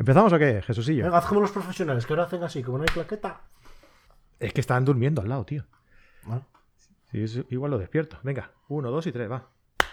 ¿Empezamos o qué, Jesusillo? Venga, haz como los profesionales, que ahora hacen así, como no hay claqueta. Es que están durmiendo al lado, tío. Bueno, Sí, igual lo despierto. Venga, 1, 2 y 3, va.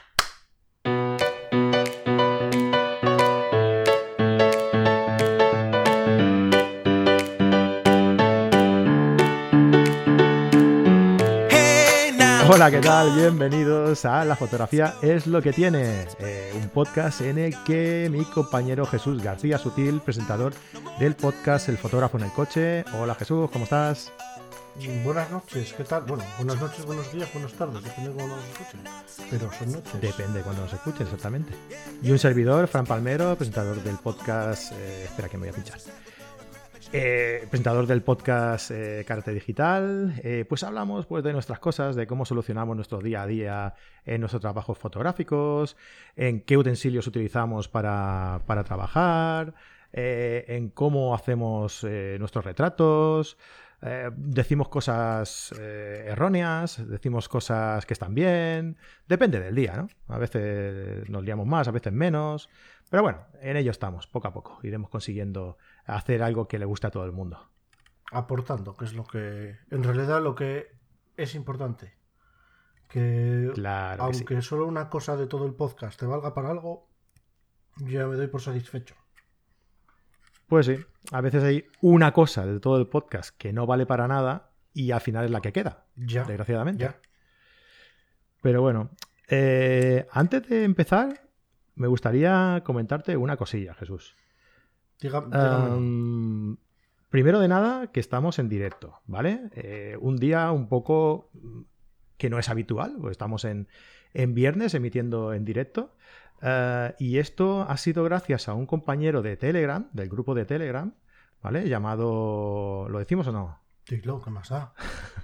Hola, ¿qué tal? Bienvenidos a La Fotografía es lo que tiene, un podcast en el que mi compañero Jesús García Sutil, presentador del podcast El Fotógrafo en el Coche. Hola Jesús, ¿cómo estás? buenas noches, ¿qué tal? Bueno, buenas noches, buenos días, buenas tardes, depende de cómo nos escuchen. Pero son noches. Depende de cuando nos escuchen, exactamente. Y un servidor, Fran Palmero, presentador del podcast... espera que me voy a pinchar. Presentador del podcast Karate Digital. Pues hablamos pues, de nuestras cosas, de cómo solucionamos nuestro día a día en nuestros trabajos fotográficos, en qué utensilios utilizamos para trabajar, en cómo hacemos nuestros retratos. Decimos cosas erróneas, decimos cosas que están bien. Depende del día, ¿no? A veces nos liamos más, a veces menos. Pero bueno, en ello estamos, poco a poco. Iremos consiguiendo hacer algo que le guste a todo el mundo. Aportando, que es lo que... En realidad lo que es importante. Que Claro que aunque sí. solo una cosa de todo el podcast te valga para algo, ya me doy por satisfecho. Pues sí, a veces hay una cosa de todo el podcast que no vale para nada y al final es la que queda, Ya, desgraciadamente. ya. Pero bueno, antes de empezar, me gustaría comentarte una cosilla, Jesús. Dígamelo. Primero de nada, que estamos en directo, ¿vale? Un día un poco que no es habitual, pues estamos en viernes emitiendo en directo. Y esto ha sido gracias a un compañero de Telegram, del grupo de Telegram, ¿vale? Llamado... ¿Lo decimos o no? Dilo, ¿qué más da?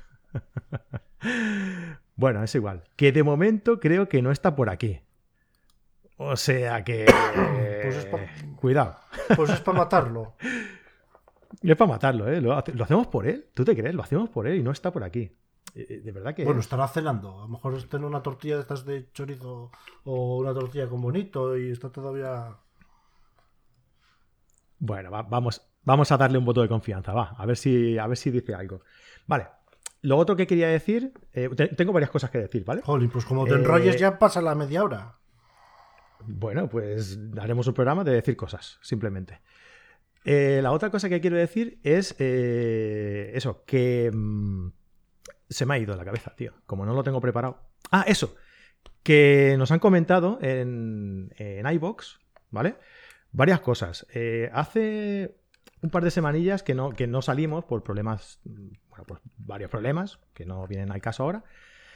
Bueno, es igual. Que de momento creo que no está por aquí. O sea que... Pues es Cuidado. Pues es para matarlo. Es para matarlo, ¿eh? Lo hacemos por él. ¿Tú te crees? Lo hacemos por él y no está por aquí. De verdad que... Bueno, estará cenando. A lo mejor está en una tortilla de estas de chorizo o una tortilla con bonito y está todavía... Bueno, vamos a darle un voto de confianza, va. A ver si dice algo. Vale. Lo otro que quería decir... tengo varias cosas que decir, ¿vale? Jolín, pues como te enrolles ya pasa la media hora. Bueno, pues haremos un programa de decir cosas, simplemente. La otra cosa que quiero decir es eso, que se me ha ido la cabeza, tío. Como no lo tengo preparado. Ah, eso. Que nos han comentado en iVoox, ¿vale? Varias cosas. Hace un par de semanillas que no salimos por problemas, bueno, por varios problemas que no vienen al caso ahora.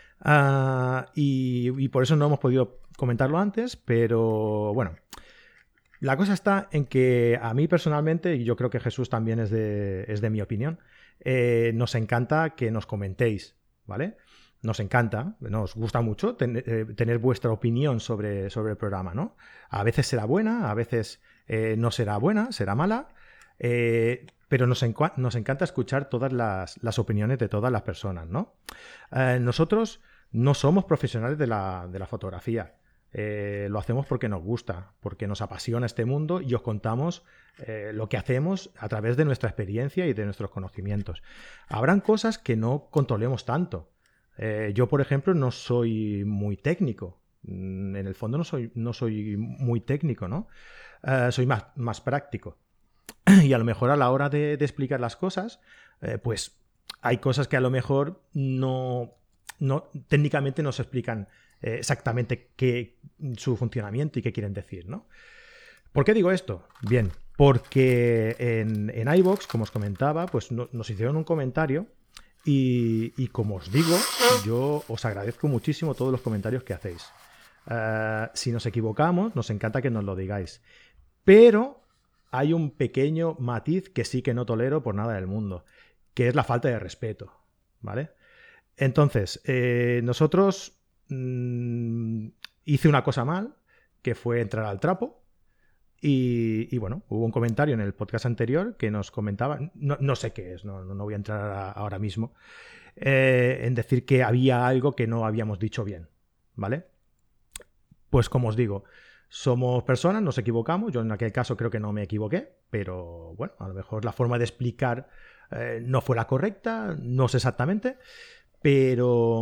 Y por eso no hemos podido comentarlo antes, pero bueno, la cosa está en que a mí personalmente, y yo creo que Jesús también es de mi opinión, nos encanta que nos comentéis, ¿vale? Nos encanta, nos gusta mucho tener vuestra opinión sobre el programa, ¿no? A veces será buena, a veces no será buena, será mala, pero nos encanta escuchar todas las opiniones de todas las personas, ¿no? Nosotros no somos profesionales de la fotografía. Lo hacemos porque nos gusta, porque nos apasiona este mundo y os contamos lo que hacemos a través de nuestra experiencia y de nuestros conocimientos. Habrán cosas que no controlemos tanto. Yo, por ejemplo, no soy muy técnico. En el fondo no soy muy técnico, ¿no? Soy más práctico. Y a lo mejor a la hora de explicar las cosas, pues hay cosas que a lo mejor no técnicamente no se explican exactamente su funcionamiento y qué quieren decir, ¿no? ¿Por qué digo esto? Bien, porque en iVoox, como os comentaba, pues nos hicieron un comentario y como os digo, yo os agradezco muchísimo todos los comentarios que hacéis. Si nos equivocamos, nos encanta que nos lo digáis. Pero hay un pequeño matiz que sí que no tolero por nada del mundo, que es la falta de respeto, ¿vale? Entonces, nosotros hice una cosa mal, que fue entrar al trapo, y bueno, hubo un comentario en el podcast anterior que nos comentaba, no sé qué es, no voy a entrar ahora mismo, en decir que había algo que no habíamos dicho bien, ¿vale? Pues como os digo, somos personas, nos equivocamos, yo en aquel caso creo que no me equivoqué, pero bueno, a lo mejor la forma de explicar no fue la correcta, no sé exactamente, pero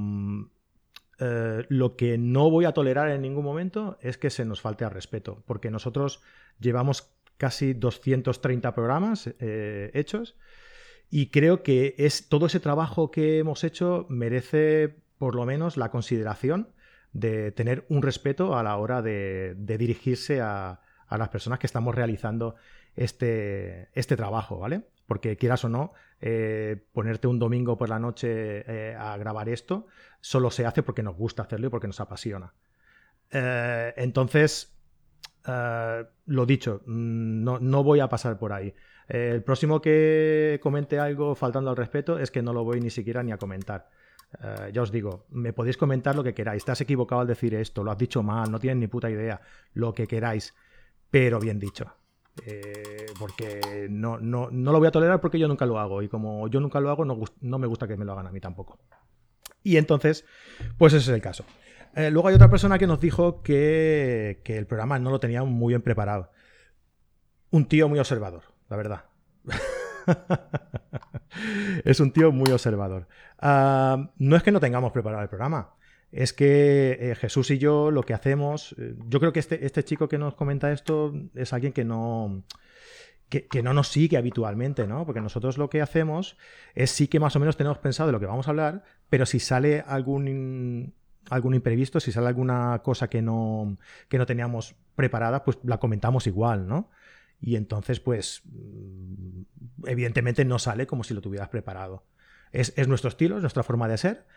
lo que no voy a tolerar en ningún momento es que se nos falte al respeto, porque nosotros llevamos casi 230 programas hechos y creo que todo ese trabajo que hemos hecho merece por lo menos la consideración de tener un respeto a la hora de dirigirse a las personas que estamos realizando este trabajo, ¿vale? Porque quieras o no, ponerte un domingo por la noche a grabar esto solo se hace porque nos gusta hacerlo y porque nos apasiona. Entonces, lo dicho, no voy a pasar por ahí. El próximo que comente algo faltando al respeto es que no lo voy ni siquiera ni a comentar. Ya os digo, me podéis comentar lo que queráis. Te has equivocado al decir esto, lo has dicho mal, no tienes ni puta idea, lo que queráis, pero bien dicho. Porque no lo voy a tolerar porque yo nunca lo hago, y como yo nunca lo hago, no me gusta que me lo hagan a mí tampoco. Y entonces, pues ese es el caso. Luego hay otra persona que nos dijo que el programa no lo tenía muy bien preparado. Un tío muy observador, la verdad. Es un tío muy observador. No es que no tengamos preparado el programa, es que Jesús y yo lo que hacemos, yo creo que este chico que nos comenta esto es alguien que no nos sigue habitualmente, ¿no? Porque nosotros lo que hacemos es sí que más o menos tenemos pensado de lo que vamos a hablar, pero si sale algún imprevisto, si sale alguna cosa que no teníamos preparada, pues la comentamos igual, ¿no? Y entonces, pues, evidentemente no sale como si lo tuvieras preparado. Es nuestro estilo, es nuestra forma de ser.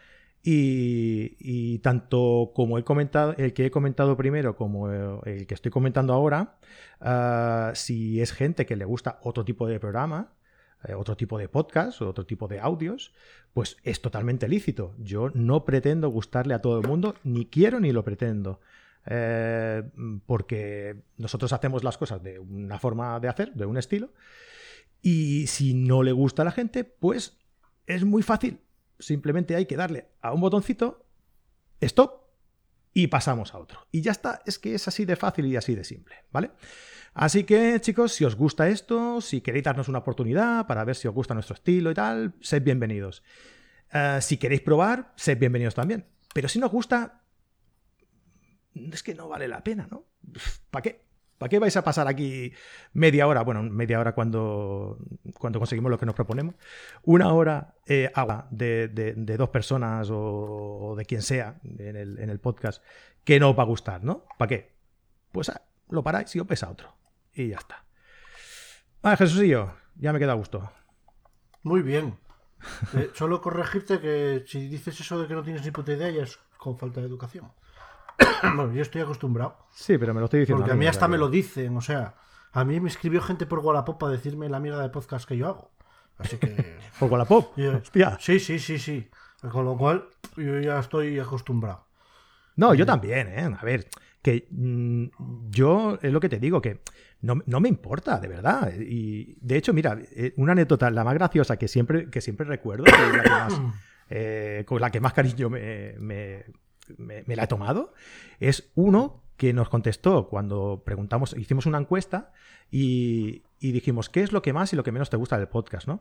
Y tanto como el que he comentado primero como el que estoy comentando ahora, si es gente que le gusta otro tipo de programa, otro tipo de podcast, otro tipo de audios, pues es totalmente lícito. Yo no pretendo gustarle a todo el mundo, ni quiero ni lo pretendo. Porque nosotros hacemos las cosas de una forma de hacer, de un estilo, y si no le gusta a la gente, pues es muy fácil. Simplemente hay que darle a un botoncito, stop, y pasamos a otro. Y ya está, es que es así de fácil y así de simple, ¿vale? Así que, chicos, si os gusta esto, si queréis darnos una oportunidad para ver si os gusta nuestro estilo y tal, sed bienvenidos. Si queréis probar, sed bienvenidos también. Pero si no os gusta, es que no vale la pena, ¿no? ¿Para qué? ¿Para qué vais a pasar aquí media hora? Bueno, media hora cuando conseguimos lo que nos proponemos. Una hora de dos personas o de quien sea en el podcast que no os va a gustar, ¿no? ¿Para qué? Pues lo paráis y os pesa otro. Y ya está. Jesús y yo, ya me queda a gusto. Muy bien. Solo corregirte que si dices eso de que no tienes ni puta idea ya es con falta de educación. Bueno, yo estoy acostumbrado. Sí, pero me lo estoy diciendo. Porque a mí hasta me lo dicen, o sea, a mí me escribió gente por Wallapop para decirme la mierda de podcast que yo hago. Así que... ¿Por Wallapop? Hostia. Sí. Con lo cual, yo ya estoy acostumbrado. No, yo también, ¿eh? A ver, que yo es lo que te digo, que no me importa, de verdad. Y de hecho, mira, una anécdota, la más graciosa que siempre recuerdo, que es la que más, con la que más cariño me la he tomado, es uno que nos contestó cuando preguntamos, hicimos una encuesta y dijimos, ¿qué es lo que más y lo que menos te gusta del podcast, ¿no?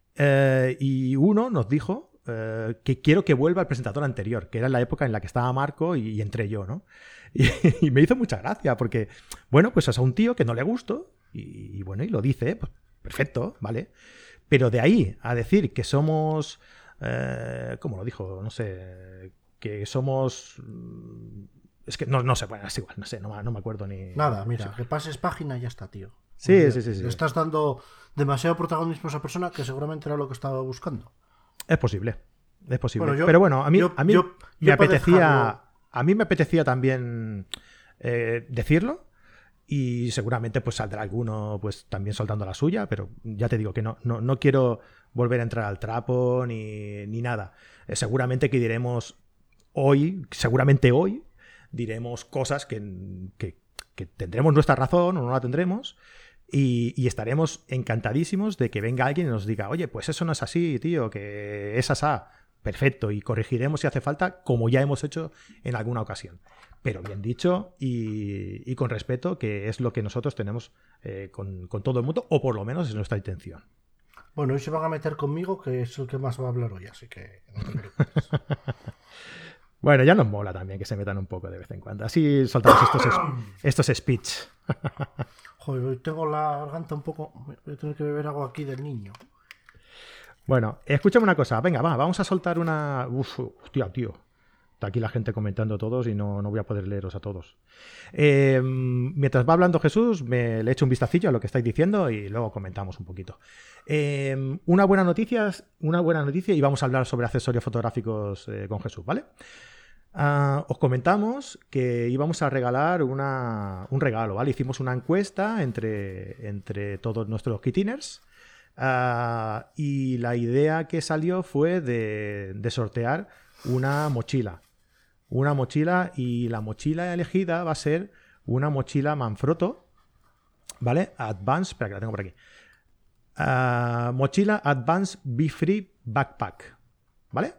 Y uno nos dijo que quiero que vuelva el presentador anterior, que era la época en la que estaba Marco y entré yo, ¿no? Y me hizo mucha gracia porque, bueno, pues es a un tío que no le gustó y bueno, y lo dice, pues perfecto, ¿vale? Pero de ahí a decir que somos, ¿cómo lo dijo? No sé, que somos... Es que no sé, bueno, es igual, no sé, no me acuerdo ni... Nada, mira, que pases página y ya está, tío. Sí. Le estás dando demasiado protagonismo a esa persona que seguramente era lo que estaba buscando. Es posible. Bueno, pero bueno, a mí me apetecía... A mí me apetecía también decirlo y seguramente pues saldrá alguno pues también soltando la suya, pero ya te digo que no quiero volver a entrar al trapo ni nada. Seguramente que diremos seguramente hoy diremos cosas que tendremos nuestra razón o no la tendremos y estaremos encantadísimos de que venga alguien y nos diga, oye, pues eso no es así, tío, que es asá. Perfecto, y corregiremos si hace falta, como ya hemos hecho en alguna ocasión. pero bien dicho y con respeto, que es lo que nosotros tenemos con todo el mundo, o por lo menos es nuestra intención. Bueno, hoy se van a meter conmigo, que es el que más va a hablar hoy, así que no te preocupes. Bueno, ya nos mola también que se metan un poco de vez en cuando. Así soltamos estos speech. Joder, hoy tengo la garganta un poco... Voy a tener que beber agua aquí del niño. Bueno, escúchame una cosa. Venga, vamos a soltar una... Uf, hostia, tío. Está aquí la gente comentando todos y no voy a poder leeros a todos. Mientras va hablando Jesús, le echo un vistacillo a lo que estáis diciendo y luego comentamos un poquito. Una buena noticia y vamos a hablar sobre accesorios fotográficos con Jesús, ¿vale? Os comentamos que íbamos a regalar un regalo, ¿vale? Hicimos una encuesta entre todos nuestros kitiners y la idea que salió fue de sortear una mochila. Y la mochila elegida va a ser una mochila Manfrotto, ¿vale? Advanced, espera que la tengo por aquí. Mochila Advanced Be Free Backpack, ¿vale?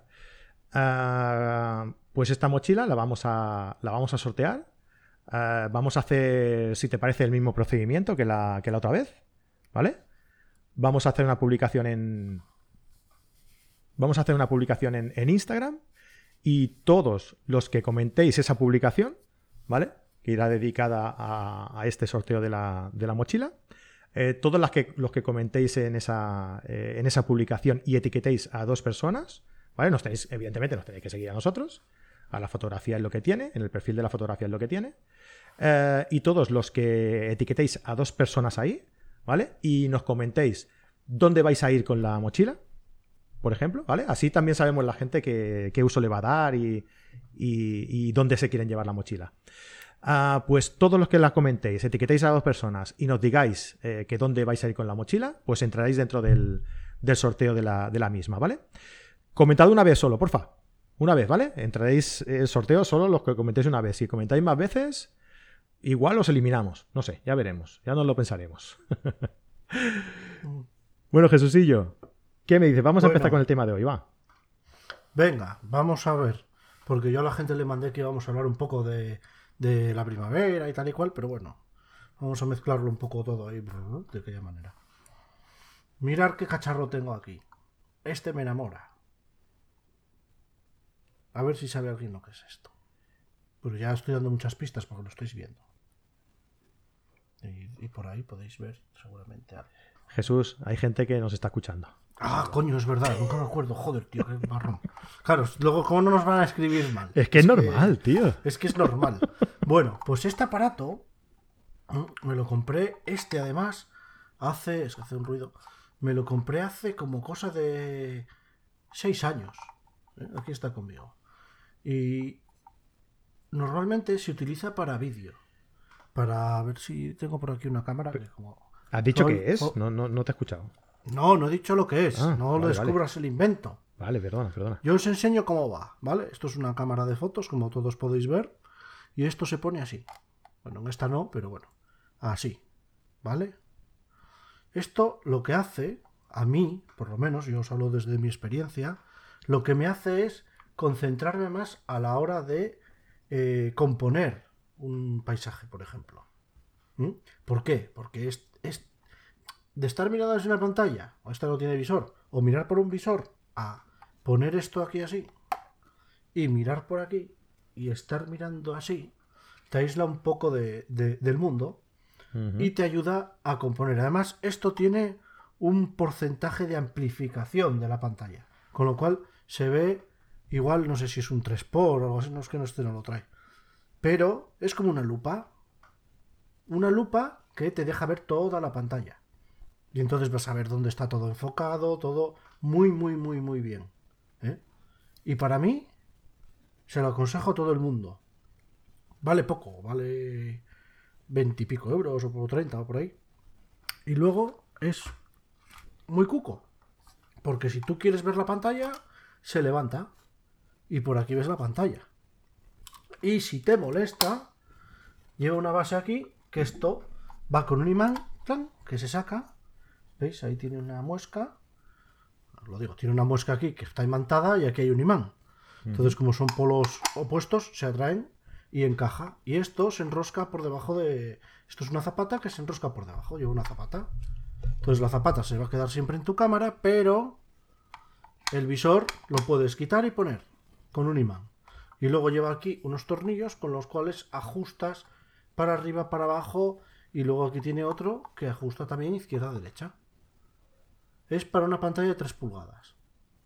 Pues esta mochila la vamos a sortear. Vamos a hacer, si te parece, el mismo procedimiento que la otra vez, ¿vale? Vamos a hacer una publicación en Instagram y todos los que comentéis esa publicación, ¿vale? Que irá dedicada a este sorteo de la mochila. Todos los que comentéis en esa publicación y etiquetéis a 2 personas, ¿vale? Evidentemente nos tenéis que seguir a nosotros. A la fotografía es lo que tiene, en el perfil de la fotografía es lo que tiene. Y todos los que etiquetéis a 2 personas ahí, ¿vale? Y nos comentéis dónde vais a ir con la mochila, por ejemplo, ¿vale? Así también sabemos la gente qué uso le va a dar y dónde se quieren llevar la mochila. Pues todos los que la comentéis, etiquetéis a 2 personas y nos digáis que dónde vais a ir con la mochila, pues entraréis dentro del sorteo de la misma, ¿vale? Comentad una vez solo, porfa. Una vez, ¿vale? Entraréis el sorteo solo los que comentéis una vez. Si comentáis más veces, igual os eliminamos. No sé, ya veremos. Ya nos lo pensaremos. Bueno, Jesucillo, ¿qué me dices? Vamos a empezar con el tema de hoy, va. Venga, vamos a ver. Porque yo a la gente le mandé que íbamos a hablar un poco de la primavera y tal y cual, pero bueno, vamos a mezclarlo un poco todo ahí, de aquella manera. Mirad qué cacharro tengo aquí. Este me enamora. A ver si sabe alguien lo que es esto. Pero ya estoy dando muchas pistas porque lo estáis viendo. Y por ahí podéis ver seguramente algo. Jesús, hay gente que nos está escuchando. Ah, coño, es verdad, nunca me acuerdo. Joder, tío, qué marrón. Claro, luego, ¿cómo no nos van a escribir mal? Es que es normal, tío. Es que es normal. Bueno, pues este aparato me lo compré, además, es que hace un ruido. Me lo compré hace como cosa de 6 años. Aquí está conmigo. Y normalmente se utiliza para vídeo. Para ver si tengo por aquí una cámara. Que como... ¿Has dicho qué es? No te he escuchado. No he dicho lo que es. No lo vale, descubras el invento. Vale, perdona. Yo os enseño cómo va, ¿vale? Esto es una cámara de fotos, como todos podéis ver. Y esto se pone así. Bueno, en esta no, pero bueno. Así, ¿vale? Esto lo que hace, a mí, por lo menos, yo os hablo desde mi experiencia, lo que me hace es concentrarme más a la hora de componer un paisaje, por ejemplo. ¿Por qué? Porque es de estar mirando desde una pantalla, o esta no tiene visor, o mirar por un visor, a poner esto aquí así, y mirar por aquí, y estar mirando así, te aísla un poco del mundo, y te ayuda a componer. Además, esto tiene un porcentaje de amplificación de la pantalla, con lo cual se ve igual, no sé si es un 3x o algo así, no es que no lo trae, pero es como una lupa que te deja ver toda la pantalla. Y entonces vas a ver dónde está todo enfocado, todo muy, muy, muy, muy bien. Y para mí, se lo aconsejo a todo el mundo. Vale poco, vale 20 y pico euros o por 30 o por ahí. Y luego es muy cuco. Porque si tú quieres ver la pantalla, se levanta. Y por aquí ves la pantalla. Y si te molesta, lleva una base aquí, que esto va con un imán, que se saca. ¿Veis? Ahí tiene una muesca. Os lo digo, tiene una muesca aquí que está imantada y aquí hay un imán. Entonces, como son polos opuestos, se atraen y encaja. Y esto se enrosca por debajo de... Esto es una zapata que se enrosca por debajo. Llevo una zapata. Entonces la zapata se va a quedar siempre en tu cámara, pero el visor lo puedes quitar y poner con un imán. Y luego lleva aquí unos tornillos con los cuales ajustas para arriba, para abajo, y luego aquí tiene otro que ajusta también izquierda a derecha. Es para una pantalla de 3 pulgadas.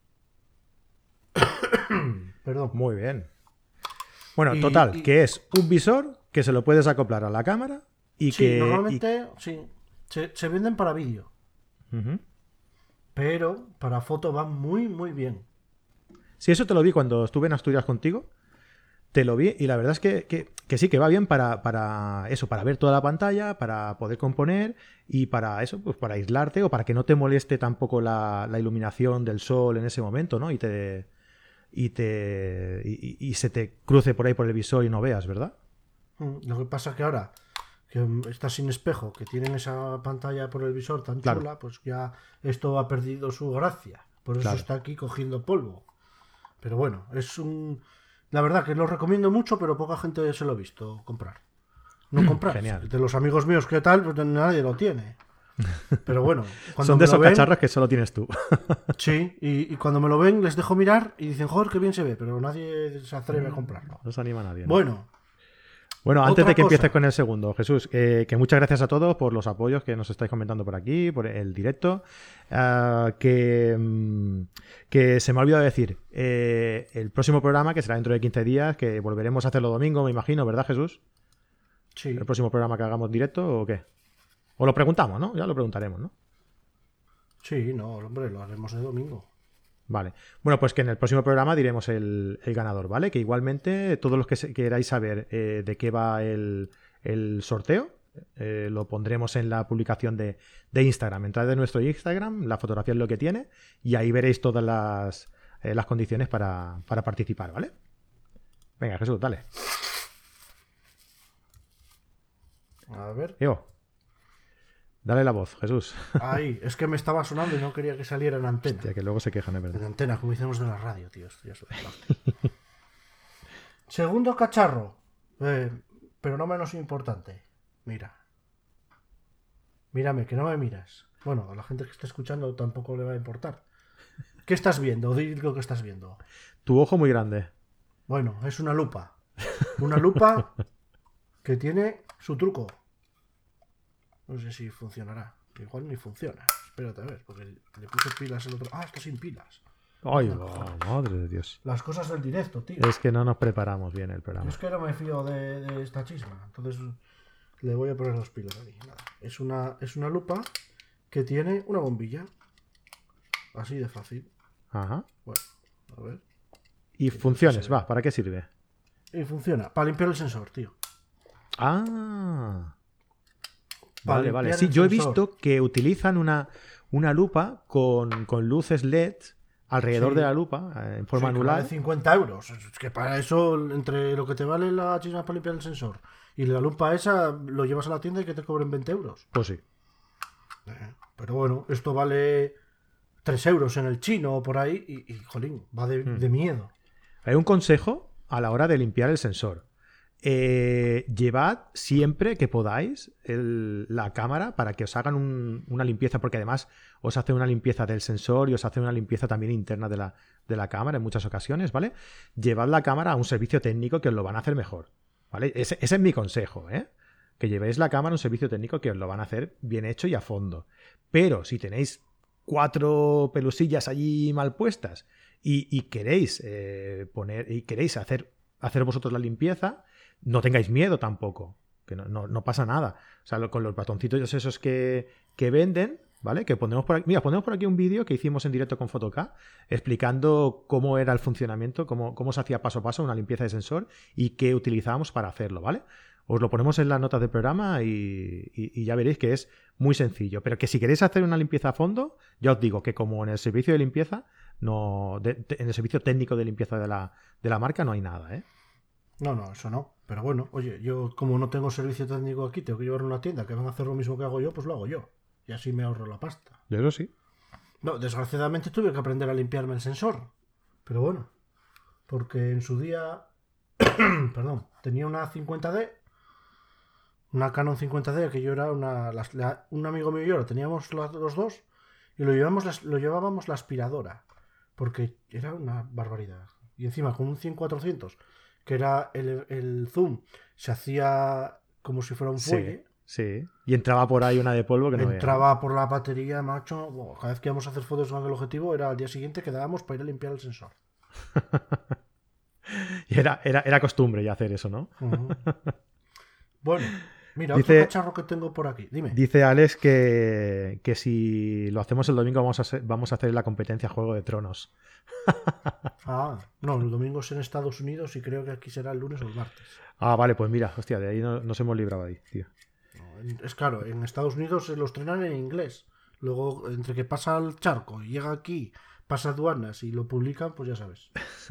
Perdón. Muy bien. Bueno, total, que es un visor que se lo puedes acoplar a la cámara y sí, que... normalmente sí, se venden para vídeo. Uh-huh. Pero para foto va muy, muy bien. Sí, eso te lo vi cuando estuve en Asturias contigo. Te lo vi y la verdad es que sí, que va bien para eso, para ver toda la pantalla, para poder componer y para eso, pues para aislarte o para que no te moleste tampoco la iluminación del sol en ese momento, ¿no? Y se te cruce por ahí por el visor y no veas, ¿verdad? Lo que pasa que ahora que está sin espejo, que tienen esa pantalla por el visor tan chula, pues ya esto ha perdido su gracia. Por eso está aquí cogiendo polvo. Pero bueno, la verdad que lo recomiendo mucho, pero poca gente se lo ha visto comprar. No comprar. Genial. De los amigos míos que tal, pues nadie lo tiene. Pero bueno, cuando son de esos cacharros que solo tienes tú. Sí, y cuando me lo ven les dejo mirar y dicen, joder, qué bien se ve, pero nadie se atreve a comprarlo. No se anima nadie, ¿no? Bueno, antes de que empieces con el segundo, Jesús, que muchas gracias a todos por los apoyos que nos estáis comentando por aquí, por el directo. Que se me ha olvidado decir, el próximo programa, que será dentro de 15 días, que volveremos a hacerlo domingo, me imagino, ¿verdad, Jesús? Sí. ¿El próximo programa que hagamos directo o qué? O lo preguntamos, ¿no? Ya lo preguntaremos, ¿no? Sí, no, hombre, lo haremos de domingo. Vale. Bueno, pues que en el próximo programa diremos el ganador, ¿vale? Que igualmente todos los que queráis saber de qué va el sorteo, lo pondremos en la publicación de Instagram. Entrad en nuestro Instagram, la fotografía es lo que tiene, y ahí veréis todas las condiciones para participar, ¿vale? Venga, Jesús, dale. A ver. Dale la voz, Jesús. Ahí, es que me estaba sonando y no quería que saliera en antena. Hostia, que luego se quejan, es verdad. En antena, como hicimos de la radio, tío. Segundo cacharro. Pero no menos importante. Mira. Mírame, que no me miras. Bueno, a la gente que está escuchando tampoco le va a importar. ¿Qué estás viendo? Di lo que estás viendo. Tu ojo muy grande. Bueno, es una lupa. Una lupa que tiene su truco. No sé si funcionará. Igual ni funciona. Espérate a ver, porque le puse pilas el otro. Ah, está sin pilas. Ay, madre de Dios. Las cosas del directo, tío. Es que no nos preparamos bien el programa. Yo es que no me fío de esta chisma. Entonces le voy a poner las pilas ahí. Nada. Es una lupa que tiene una bombilla. Así de fácil. Ajá. Bueno, a ver. Y funciones, va, ¿para qué sirve? Y funciona. Para limpiar el sensor, tío. Ah. Vale. Sí, yo he visto que utilizan una lupa con luces LED alrededor de la lupa en forma anular. De 50 euros. Es que para eso, entre lo que te vale la chisma para limpiar el sensor y la lupa esa, lo llevas a la tienda y que te cobren 20 euros. Pues sí. Pero bueno, esto vale 3 euros en el chino o por ahí y jolín, va de miedo. Hay un consejo a la hora de limpiar el sensor. Llevad siempre que podáis la cámara para que os hagan una limpieza, porque además os hace una limpieza del sensor y os hace una limpieza también interna de la cámara en muchas ocasiones, ¿vale? Llevad la cámara a un servicio técnico que os lo van a hacer mejor, ¿vale? Ese es mi consejo, ¿eh? Que llevéis la cámara a un servicio técnico que os lo van a hacer bien hecho y a fondo. Pero si tenéis 4 pelusillas allí mal puestas y queréis queréis hacer vosotros la limpieza, no tengáis miedo tampoco, que no pasa nada. O sea, con los batoncitos esos que venden, ¿vale? Que ponemos por aquí. Mira, ponemos por aquí un vídeo que hicimos en directo con Fotok explicando cómo era el funcionamiento, cómo se hacía paso a paso una limpieza de sensor y qué utilizábamos para hacerlo, ¿vale? Os lo ponemos en las notas del programa y ya veréis que es muy sencillo. Pero que si queréis hacer una limpieza a fondo, ya os digo que como en el servicio de limpieza, en el servicio técnico de limpieza de la marca no hay nada, ¿eh? No, eso no. Pero bueno, oye, yo como no tengo servicio técnico aquí, tengo que llevarlo a una tienda que van a hacer lo mismo que hago yo, pues lo hago yo. Y así me ahorro la pasta. Eso sí. No, desgraciadamente tuve que aprender a limpiarme el sensor. Pero bueno, porque en su día Perdón, tenía una 50D, una Canon 50D, que yo era un amigo mío y yo lo teníamos los dos, y lo llevábamos la aspiradora, porque era una barbaridad. Y encima con un 100-400, que era el zoom, se hacía como si fuera un fuelle. Sí. Y entraba por ahí una de polvo que no Entraba veas. por la batería, macho. Bueno, cada vez que íbamos a hacer fotos con el objetivo, era al día siguiente que dábamos para ir a limpiar el sensor. Y era costumbre ya hacer eso, ¿no? Uh-huh. Bueno, mira, Dice, otro cacharro que tengo por aquí. Dime. dice Alex que si lo hacemos el domingo vamos a hacer la competencia Juego de Tronos. No, el domingo es en Estados Unidos y creo que aquí será el lunes o el martes. Vale, pues mira, hostia, de ahí nos hemos librado ahí, tío. Es claro, en Estados Unidos se los estrenan en inglés. Luego, entre que pasa el charco y llega aquí, pasa aduanas y lo publican, pues ya sabes.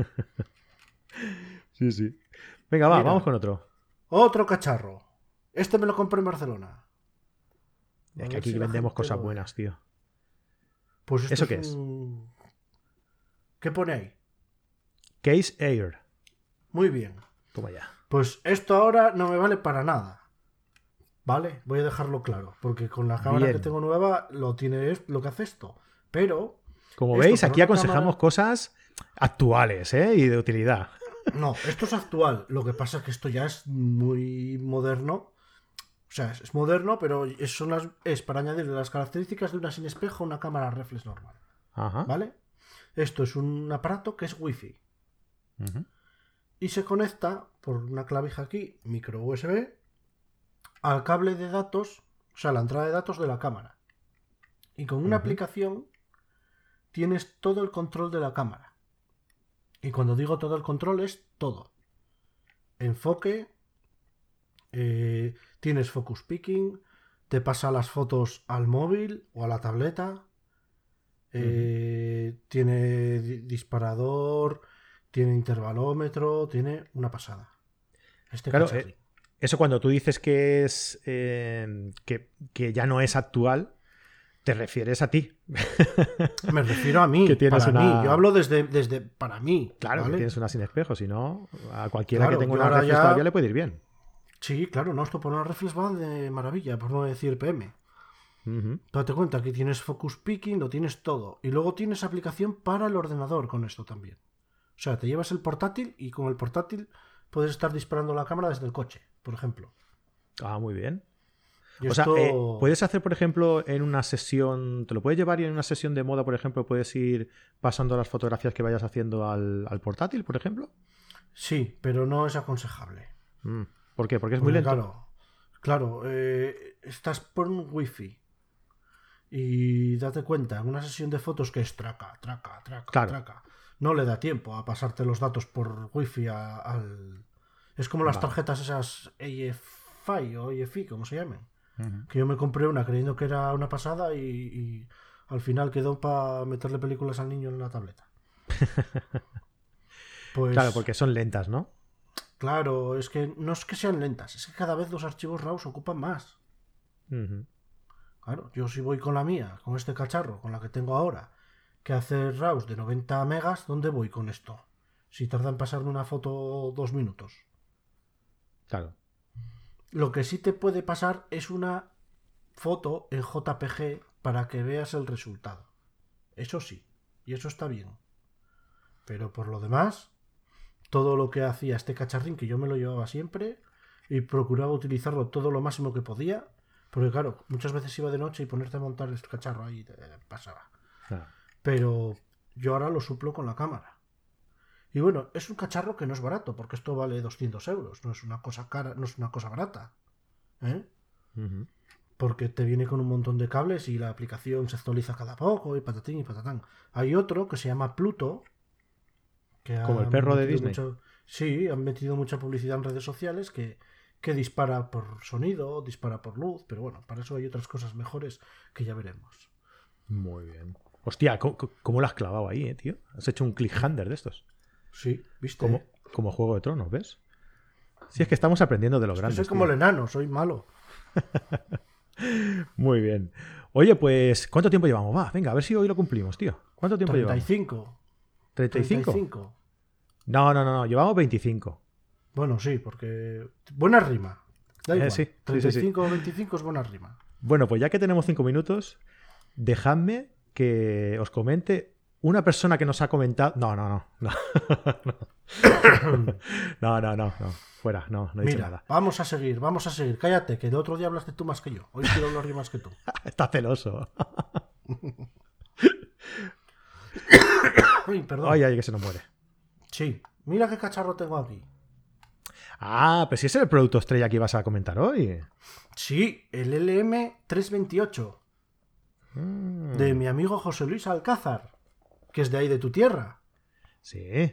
Sí. Venga, Mira, vamos con otro. Otro cacharro. Este me lo compré en Barcelona. Es que aquí vendemos cosas buenas, tío. Pues ¿Eso qué es? ¿Qué pone ahí? Case Air. Muy bien. Toma ya. Pues esto ahora no me vale para nada. ¿Vale? Voy a dejarlo claro. Porque con la cámara que tengo nueva lo que hace esto. Pero... Como veis, aquí aconsejamos cosas actuales, y de utilidad. No, esto es actual. Lo que pasa es que esto ya es muy moderno. O sea, es moderno, pero es para añadirle las características de una sin espejo a una cámara reflex normal. Ajá. ¿Vale? Esto es un aparato que es Wi-Fi. Uh-huh. Y se conecta por una clavija aquí, micro USB, al cable de datos, o sea, la entrada de datos de la cámara. Y con una aplicación tienes todo el control de la cámara. Y cuando digo todo el control es todo. Enfoque, tienes focus picking, te pasa las fotos al móvil o a la tableta, tiene disparador, tiene intervalómetro, tiene una pasada. Claro, eso cuando tú dices que es que ya no es actual, te refieres a ti. Me refiero a mí, que tienes para una... mí. Yo hablo desde para mí. Claro, ¿vale? que tienes una sin espejo, si no, a cualquiera Claro, que tenga yo una ahora reflex todavía le puede ir bien. Sí, claro, no, esto por una reflex va de maravilla, por no decir PM. Date cuenta que tienes focus picking, lo tienes todo. Y luego tienes aplicación para el ordenador con esto también. O sea, te llevas el portátil y con el portátil puedes estar disparando la cámara desde el coche, por ejemplo. Muy bien. Y o sea, puedes hacer, por ejemplo, en una sesión, te lo puedes llevar y en una sesión de moda, por ejemplo, puedes ir pasando las fotografías que vayas haciendo al portátil, por ejemplo. Sí, pero no es aconsejable. ¿Por qué? Porque es muy lento. Claro, estás por un wifi y date cuenta, en una sesión de fotos que es traca, no le da tiempo a pasarte los datos por wifi al... Es como las tarjetas esas EFI o EFI, como se llamen. Que yo me compré una creyendo que era una pasada y al final quedó para meterle películas al niño en la tableta. Pues, claro, porque son lentas, ¿no? Claro, es que no es que sean lentas, es que cada vez los archivos RAW ocupan más. Claro, yo si voy con la mía, con este cacharro, con la que tengo ahora, que hace RAWs de 90 megas, ¿dónde voy con esto? Si tarda en pasarme una foto 2 minutos. Claro. Lo que sí te puede pasar es una foto en JPG para que veas el resultado. Eso sí, y eso está bien. Pero por lo demás, todo lo que hacía este cacharrín, que yo me lo llevaba siempre y procuraba utilizarlo todo lo máximo que podía, porque claro, muchas veces iba de noche y ponerte a montar este cacharro ahí pasaba. Pero yo ahora lo suplo con la cámara. Y bueno, es un cacharro que no es barato, porque esto vale 200 euros, no es una cosa cara, no es una cosa barata. Porque te viene con un montón de cables y la aplicación se actualiza cada poco y patatín y patatán. Hay otro que se llama Pluto, que como el perro de Disney. Sí, han metido mucha publicidad en redes sociales que dispara por sonido, dispara por luz, pero bueno, para eso hay otras cosas mejores que ya veremos. Muy bien. Hostia, ¿cómo lo has clavado ahí, tío? Has hecho un cliffhanger de estos. Sí, ¿viste? Como Juego de Tronos, ¿ves? Sí, es que estamos aprendiendo de los grandes. Soy como el enano, soy malo. Muy bien. Oye, pues, ¿cuánto tiempo llevamos? Va, venga, a ver si hoy lo cumplimos, tío. ¿Cuánto tiempo 35. llevamos? ¿35? No, llevamos 25. Bueno, sí, porque... Buena rima. Da igual. Sí, 35 o 25 es buena rima. Bueno, pues ya que tenemos 5 minutos, dejadme que os comente una persona que nos ha comentado... No. No. Fuera, no he dicho Mira, nada. vamos a seguir. Cállate, que el otro día hablaste tú más que yo. Hoy quiero hablar yo más que tú. Está celoso. Uy, perdón. Ay, que se nos muere. Sí, mira qué cacharro tengo aquí. Ah, pues si ese es el producto estrella que ibas a comentar hoy. Sí, el LM328 de mi amigo José Luis Alcázar, que es de ahí de tu tierra. Sí.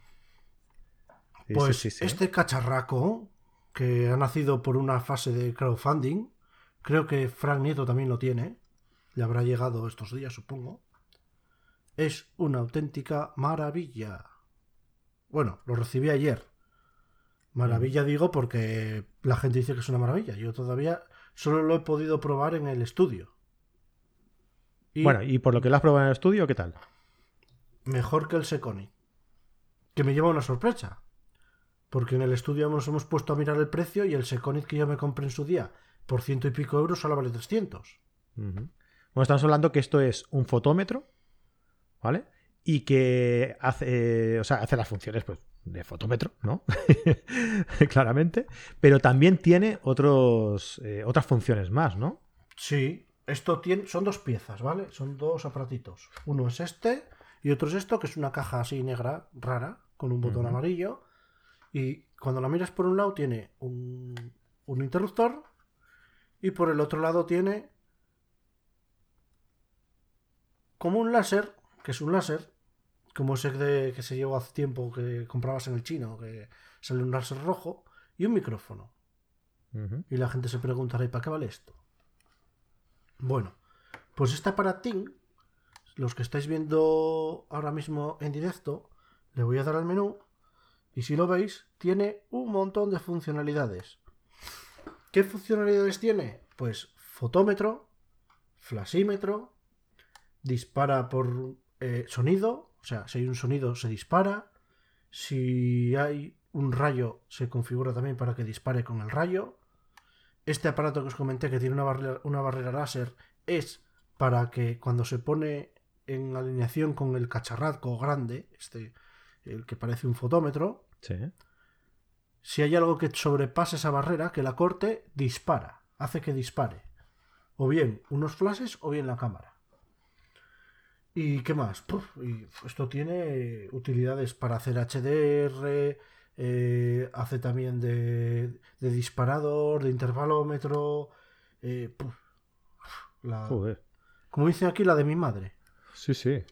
Pues sí. este cacharraco, que ha nacido por una fase de crowdfunding, creo que Frank Nieto también lo tiene, le habrá llegado estos días, supongo, es una auténtica maravilla. Bueno, lo recibí ayer. Maravilla digo porque la gente dice que es una maravilla. Yo todavía solo lo he podido probar en el estudio. Bueno, y por lo que lo has probado en el estudio, ¿qué tal? Mejor que el Seconi. Que me lleva una sorpresa. Porque en el estudio nos hemos puesto a mirar el precio y el Seconi que yo me compré en su día por 100 y pico euros solo vale 300. Bueno, estamos hablando que esto es un fotómetro, ¿vale? Y que hace las funciones pues, de fotómetro, ¿no? Claramente. Pero también tiene otras funciones más, ¿no? Sí, son dos piezas, ¿vale? Son dos aparatitos. Uno es este y otro es esto, que es una caja así negra, rara, con un botón amarillo. Y cuando la miras por un lado tiene un interruptor y por el otro lado tiene como un láser, que es un láser, como ese que se llevó hace tiempo que comprabas en el chino, que sale un láser rojo, y un micrófono. Y la gente se preguntará, ¿y para qué vale esto? Bueno, pues este aparatín, los que estáis viendo ahora mismo en directo, le voy a dar al menú, y si lo veis, tiene un montón de funcionalidades. ¿Qué funcionalidades tiene? Pues fotómetro, flasímetro, dispara por sonido, o sea, si hay un sonido se dispara, si hay un rayo se configura también para que dispare con el rayo. Este aparato que os comenté que tiene una barrera láser es para que cuando se pone en alineación con el cacharraco grande, el que parece un fotómetro, sí. Si hay algo que sobrepase esa barrera, que la corte, dispara, hace que dispare. O bien unos flashes o bien la cámara. ¿Y qué más? Esto tiene utilidades para hacer HDR, hace también de disparador, de intervalómetro. Joder. Como dice aquí, la de mi madre. Sí.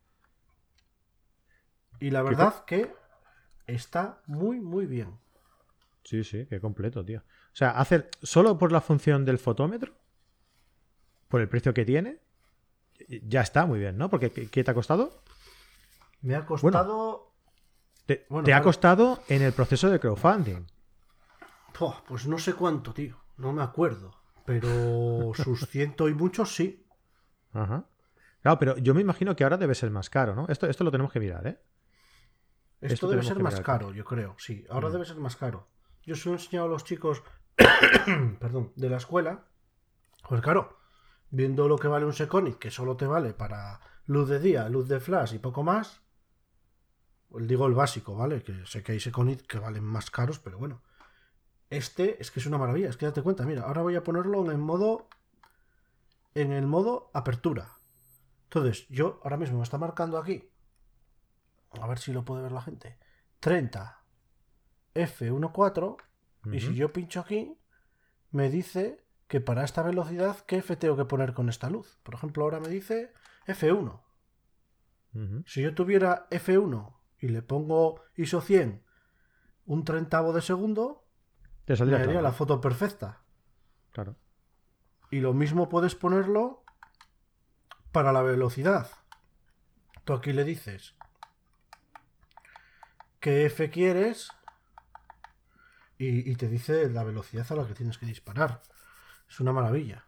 Y la verdad que está muy, muy bien. Sí, qué completo, tío. O sea, hacer solo por la función del fotómetro, por el precio que tiene, ya está muy bien, ¿no? Porque ¿qué te ha costado? Me ha costado... Te ha costado en el proceso de crowdfunding. Pues no sé cuánto, tío. No me acuerdo. Pero sus 100 y muchos sí. Ajá. Claro, pero yo me imagino que ahora debe ser más caro, ¿no? Esto lo tenemos que mirar, ¿eh? Esto debe ser más caro, yo creo. Sí, ahora debe ser más caro. Yo se lo he enseñado a los chicos perdón, de la escuela. Pues claro, viendo lo que vale un Seconic, que solo te vale para luz de día, luz de flash y poco más. Digo el básico, ¿vale? Que sé que hay Seconic que valen más caros, pero bueno. Este es que es una maravilla, es que date cuenta, mira, ahora voy a ponerlo en el modo apertura. Entonces, yo ahora mismo me está marcando aquí, a ver si lo puede ver la gente, 30 F14, y si yo pincho aquí, me dice que para esta velocidad, ¿qué F tengo que poner con esta luz? Por ejemplo, ahora me dice F1. Si yo tuviera F1 y le pongo ISO 100, un 30avo de segundo, te saldría me haría la foto perfecta. Claro. Y lo mismo puedes ponerlo para la velocidad. Tú aquí le dices qué F quieres y te dice la velocidad a la que tienes que disparar. Es una maravilla.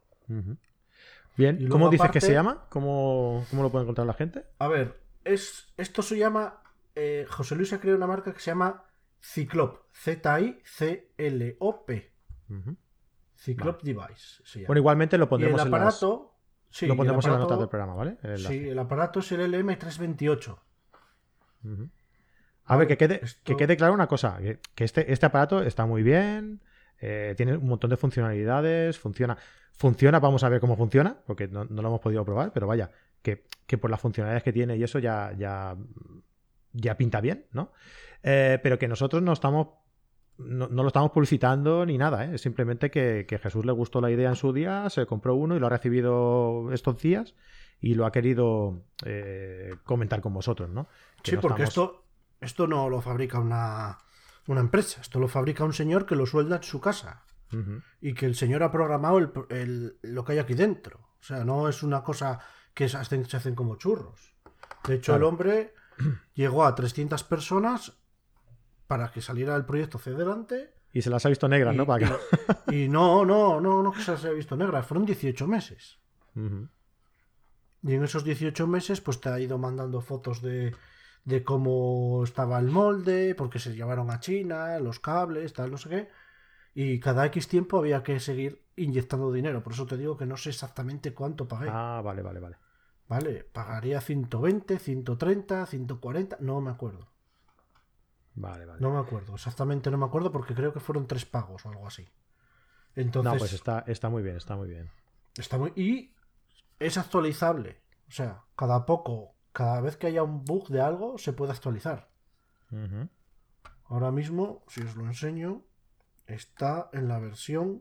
Bien, ¿cómo dices que se llama? ¿Cómo lo puede encontrar la gente? A ver, esto se llama... José Luis ha creado una marca que se llama Cyclop, Z-I-C-L-O-P. Ujú. Cyclop Device se llama. Bueno, igualmente lo Y el pondremos aparato... Sí, lo pondremos en la aparato, nota del programa, ¿vale? El enlace. sí, el aparato es el LM328. Ujú. A ver, Esto... que quede claro una cosa, que este aparato está muy bien, tiene un montón de funcionalidades, funciona, vamos a ver cómo funciona, porque no lo hemos podido probar, pero vaya, que por las funcionalidades que tiene y eso ya pinta bien, ¿no? Pero que nosotros no lo estamos publicitando ni nada, ¿eh? Es simplemente que Jesús le gustó la idea en su día, se compró uno y lo ha recibido estos días y lo ha querido comentar con vosotros, ¿no? Que Sí, no porque estamos... esto no lo fabrica una empresa, esto lo fabrica un señor que lo suelda en su casa. Uh-huh. Y que el señor ha programado lo que hay aquí dentro. O sea, no es una cosa que se hacen como churros. De hecho, Claro. el hombre llegó a 300 personas para que saliera el proyecto hacia adelante. Y se las ha visto negras, ¿no? Para que... Y no que se las haya visto negras, fueron 18 meses. Uh-huh. Y en esos 18 meses, pues te ha ido mandando fotos de cómo estaba el molde, porque se llevaron a China, los cables, tal, no sé qué. Y cada X tiempo había que seguir inyectando dinero. Por eso te digo que no sé exactamente cuánto pagué. Ah, vale. Vale, pagaría 120, 130, 140, no me acuerdo. Vale. No me acuerdo, exactamente no me acuerdo porque creo que fueron 3 pagos o algo así. Entonces, No, pues está muy bien, está muy bien. Y es actualizable. O sea, cada vez que haya un bug de algo, se puede actualizar. Uh-huh. Ahora mismo, si os lo enseño, está en la versión...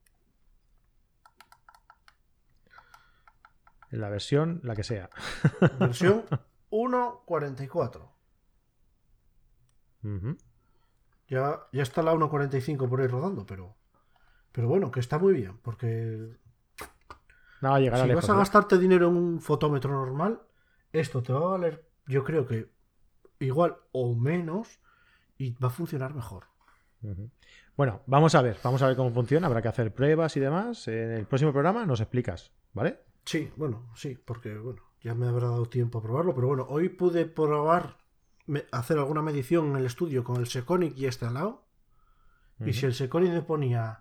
En la versión, la que sea. Versión 1.44. Uh-huh. Ya está la 1.45 por ahí rodando, pero bueno, que está muy bien, porque No va a llegar si lejos, vas a gastarte dinero en un fotómetro normal, esto te va a valer, yo creo que igual o menos, y va a funcionar mejor. Uh-huh. Bueno, vamos a ver cómo funciona, habrá que hacer pruebas y demás. En el próximo programa nos explicas, ¿vale? Sí, bueno, sí, porque bueno, ya me habrá dado tiempo a probarlo, pero bueno, hoy pude probar hacer alguna medición en el estudio con el Sekonic y este al lado. Uh-huh. Y si el Sekonic me ponía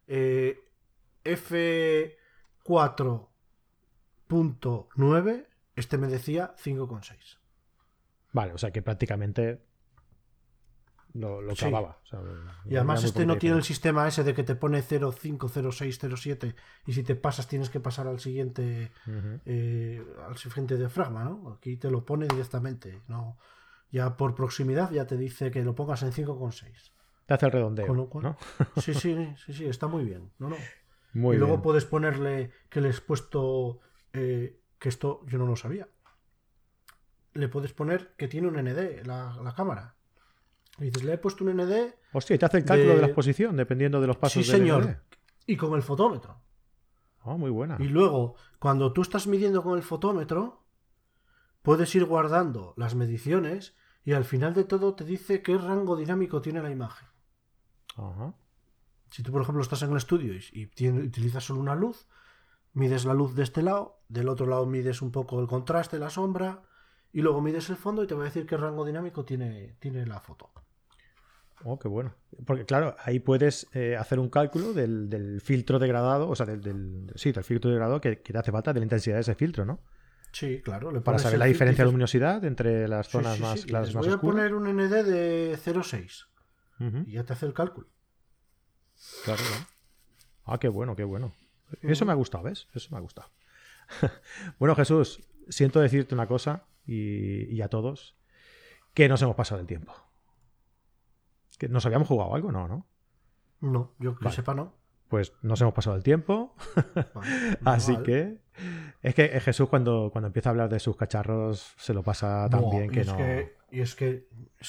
F4.9, este me decía 5.6. Vale, o sea que prácticamente lo Sí. clavaba. O sea, Y además muy este no poquita tiene el diferencia. sistema ese de que te pone 0.5, 0.6, 0.7 y si te pasas tienes que pasar al siguiente diafragma, ¿no? Aquí te lo pone directamente, ¿no? Ya por proximidad ya te dice que lo pongas en 5.6. Te hace el redondeo, Con lo cual, ¿no? sí, está muy bien. No. Muy y luego bien. puedes ponerle que le has puesto que esto yo no lo sabía. Le puedes poner que tiene un ND la cámara. Y dices, le he puesto un ND. Hostia, y te hace el cálculo de la exposición dependiendo de los pasos Sí, del señor. ND. Y con el fotómetro. Oh, muy buena. Y luego, cuando tú estás midiendo con el fotómetro, puedes ir guardando las mediciones y al final de todo te dice qué rango dinámico tiene la imagen. Ajá. Si tú, por ejemplo, estás en el estudio y utilizas solo una luz, mides la luz de este lado, del otro lado mides un poco el contraste, la sombra, y luego mides el fondo y te va a decir qué rango dinámico tiene la foto. Oh, qué bueno. Porque claro, ahí puedes hacer un cálculo del filtro degradado, o sea, del filtro degradado que te hace falta, de la intensidad de ese filtro, ¿no? Sí, claro. Para saber la diferencia de luminosidad entre las zonas más claras y más oscuras. Voy a poner un ND de 0.6 Uh-huh. y ya te hace el cálculo. Claro. Ah, qué bueno, qué bueno. Eso me ha gustado, ¿ves? Eso me ha gustado. Bueno, Jesús, siento decirte una cosa y a todos, que nos hemos pasado el tiempo. ¿Que nos habíamos jugado algo? No. No, yo que Vale. sepa no. Pues nos hemos pasado el tiempo. Vale, Así vale. que es que Jesús cuando empieza a hablar de sus cacharros se lo pasa tan Buah, bien que no, es que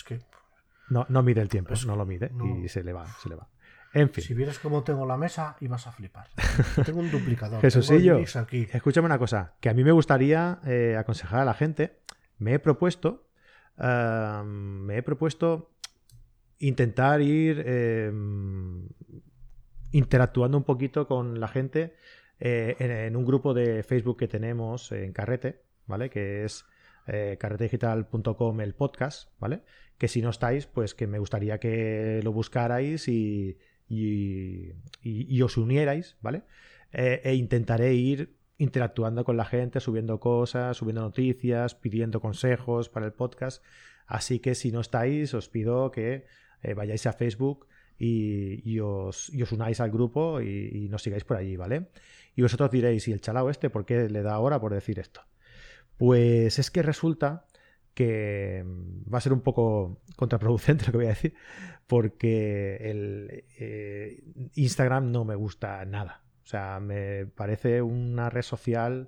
no mide el tiempo, Es- no lo mide no. y se le va. En fin, si vieras cómo tengo la mesa ibas a flipar. Tengo un duplicador. Jesucillo, tengo el Unix aquí. escúchame una cosa, que a mí me gustaría aconsejar a la gente. Me he propuesto intentar ir interactuando un poquito con la gente en un grupo de Facebook que tenemos en Carrete, ¿vale? Que es carretedigital.com el podcast, ¿vale? Que si no estáis, pues que me gustaría que lo buscarais y os unierais, ¿vale? E intentaré ir interactuando con la gente, subiendo cosas, subiendo noticias, pidiendo consejos para el podcast. Así que si no estáis, os pido que vayáis a Facebook y os unáis al grupo y nos sigáis por allí, ¿vale? Y vosotros diréis, ¿y el chalao este por qué le da ahora por decir esto? Pues es que resulta que va a ser un poco contraproducente lo que voy a decir, porque el Instagram no me gusta nada. O sea, me parece una red social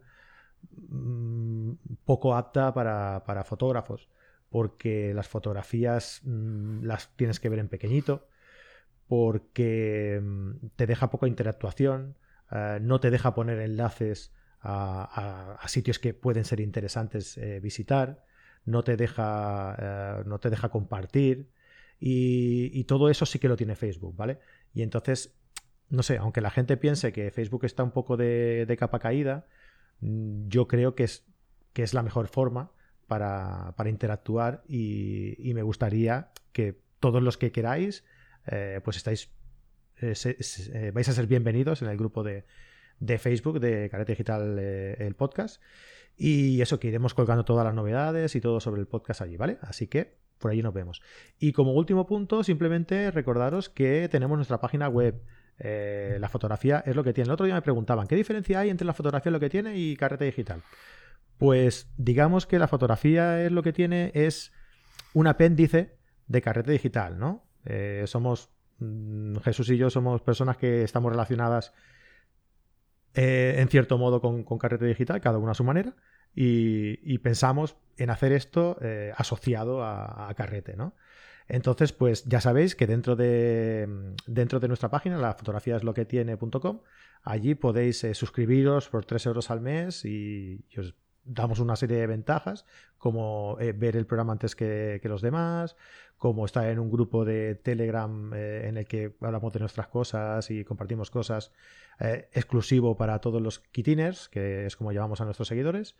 poco apta para fotógrafos, porque las fotografías las tienes que ver en pequeñito, porque te deja poca interactuación, no te deja poner enlaces a sitios que pueden ser interesantes visitar, no te deja compartir, y todo eso sí que lo tiene Facebook, ¿vale? Y entonces, no sé, aunque la gente piense que Facebook está un poco de capa caída, yo creo que es la mejor forma para interactuar, y me gustaría que todos los que queráis pues vais a ser bienvenidos en el grupo de Facebook de Carrete Digital, el podcast, y eso, que iremos colgando todas las novedades y todo sobre el podcast allí, ¿vale? Así que por allí nos vemos. Y como último punto, simplemente recordaros que tenemos nuestra página web. La fotografía es lo que tiene. El otro día me preguntaban, ¿qué diferencia hay entre la fotografía es lo que tiene y Carrete Digital? Pues digamos que la fotografía es lo que tiene, es un apéndice de Carrete Digital, ¿no? Jesús y yo somos personas que estamos relacionadas en cierto modo con Carrete Digital, cada uno a su manera, y pensamos en hacer esto asociado a Carrete, ¿no? Entonces, pues ya sabéis que dentro de nuestra página, la fotografiaesloquetiene.com, allí podéis suscribiros por 3 euros al mes y os damos una serie de ventajas, como ver el programa antes que los demás, como estar en un grupo de Telegram en el que hablamos de nuestras cosas y compartimos cosas, exclusivo para todos los kitiners, que es como llamamos a nuestros seguidores.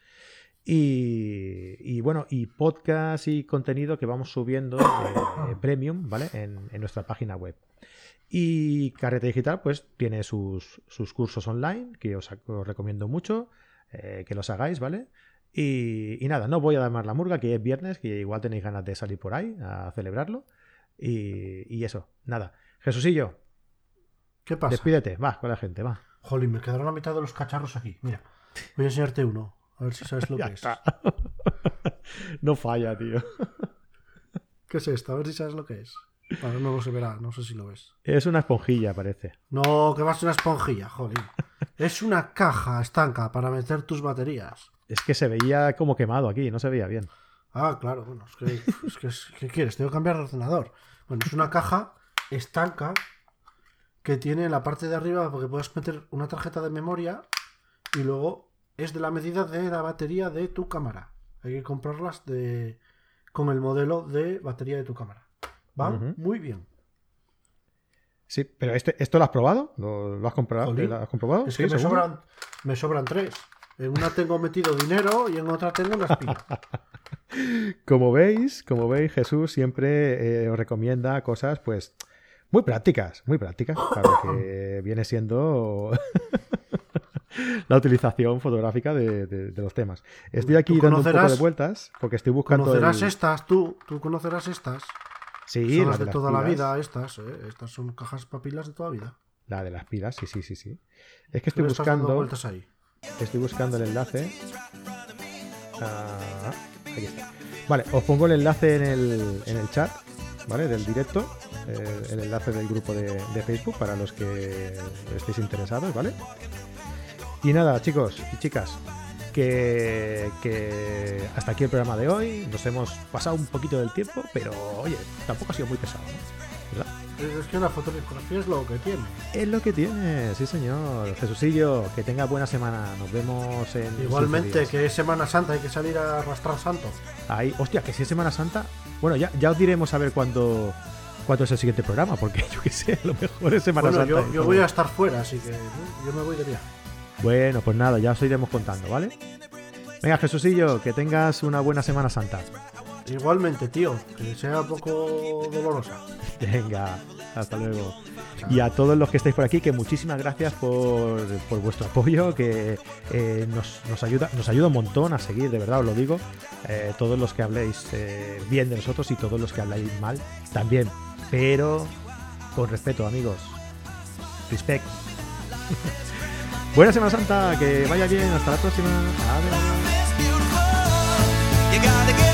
Y bueno, y podcast y contenido que vamos subiendo premium, ¿vale? En nuestra página web. Y Carrete Digital pues tiene sus cursos online, que os recomiendo mucho que los hagáis, ¿vale? Y nada, no voy a dar más la murga, que es viernes, que igual tenéis ganas de salir por ahí a celebrarlo. Y eso, nada. Jesusillo, ¿qué pasa? Despídete, va con la gente, va. Jolín, me quedaron la mitad de los cacharros aquí. Mira, voy a enseñarte uno. A ver si sabes lo que es. No falla, tío. ¿Qué es esto? A ver si sabes lo que es. Bueno, no se verá, no sé si lo ves. Es una esponjilla, parece. No, que va a ser una esponjilla, jolín. Es una caja estanca para meter tus baterías. Es que se veía como quemado aquí, no se veía bien. Ah, claro, bueno, ¿qué quieres? Tengo que cambiar de ordenador. Bueno, es una caja estanca que tiene en la parte de arriba porque puedes meter una tarjeta de memoria y luego es de la medida de la batería de tu cámara. Hay que comprarlas con el modelo de batería de tu cámara. ¿Va? Muy bien. Sí, pero ¿esto lo has probado? ¿Lo has comprado? ¿Lo has comprobado? Es que ¿Sí, me sobran 3. En una tengo metido dinero y en otra tengo unas pilas. Como veis, Jesús siempre os recomienda cosas pues muy prácticas para lo que viene siendo la utilización fotográfica de los temas. Estoy aquí dando un poco de vueltas porque estoy buscando... Tú conocerás estas. Sí, son las de toda la vida, estas son cajas papilas de toda la vida. La de las pilas, sí. Es que estoy buscando el enlace. Aquí está. Vale, os pongo el enlace en el chat, ¿vale? Del directo, el enlace del grupo de Facebook para los que estéis interesados, ¿vale? Y nada, chicos y chicas, que hasta aquí el programa de hoy. Nos hemos pasado un poquito del tiempo, pero oye, tampoco ha sido muy pesado, ¿no? ¿Verdad? Es que la fotografía es lo que tiene. Es lo que tiene, sí señor. Jesucillo, que tenga buena semana. Nos vemos en... Igualmente, que es Semana Santa, hay que salir a arrastrar santo. Ahí, hostia, que si es Semana Santa... Bueno, ya os diremos a ver cuándo es el siguiente programa, porque yo qué sé, a lo mejor es Semana Santa. Yo voy a estar fuera, así que yo me voy de viaje. Bueno, pues nada, ya os iremos contando, ¿vale? Venga, Jesucillo, que tengas una buena Semana Santa. Igualmente, tío, que sea poco dolorosa. Venga, hasta luego. Y a todos los que estáis por aquí, que muchísimas gracias por vuestro apoyo, que nos ayuda un montón a seguir, de verdad os lo digo. Todos los que habléis bien de nosotros y todos los que habláis mal también, pero con respeto, amigos. Respect. Buena Semana Santa, que vaya bien, hasta la próxima. Adiós.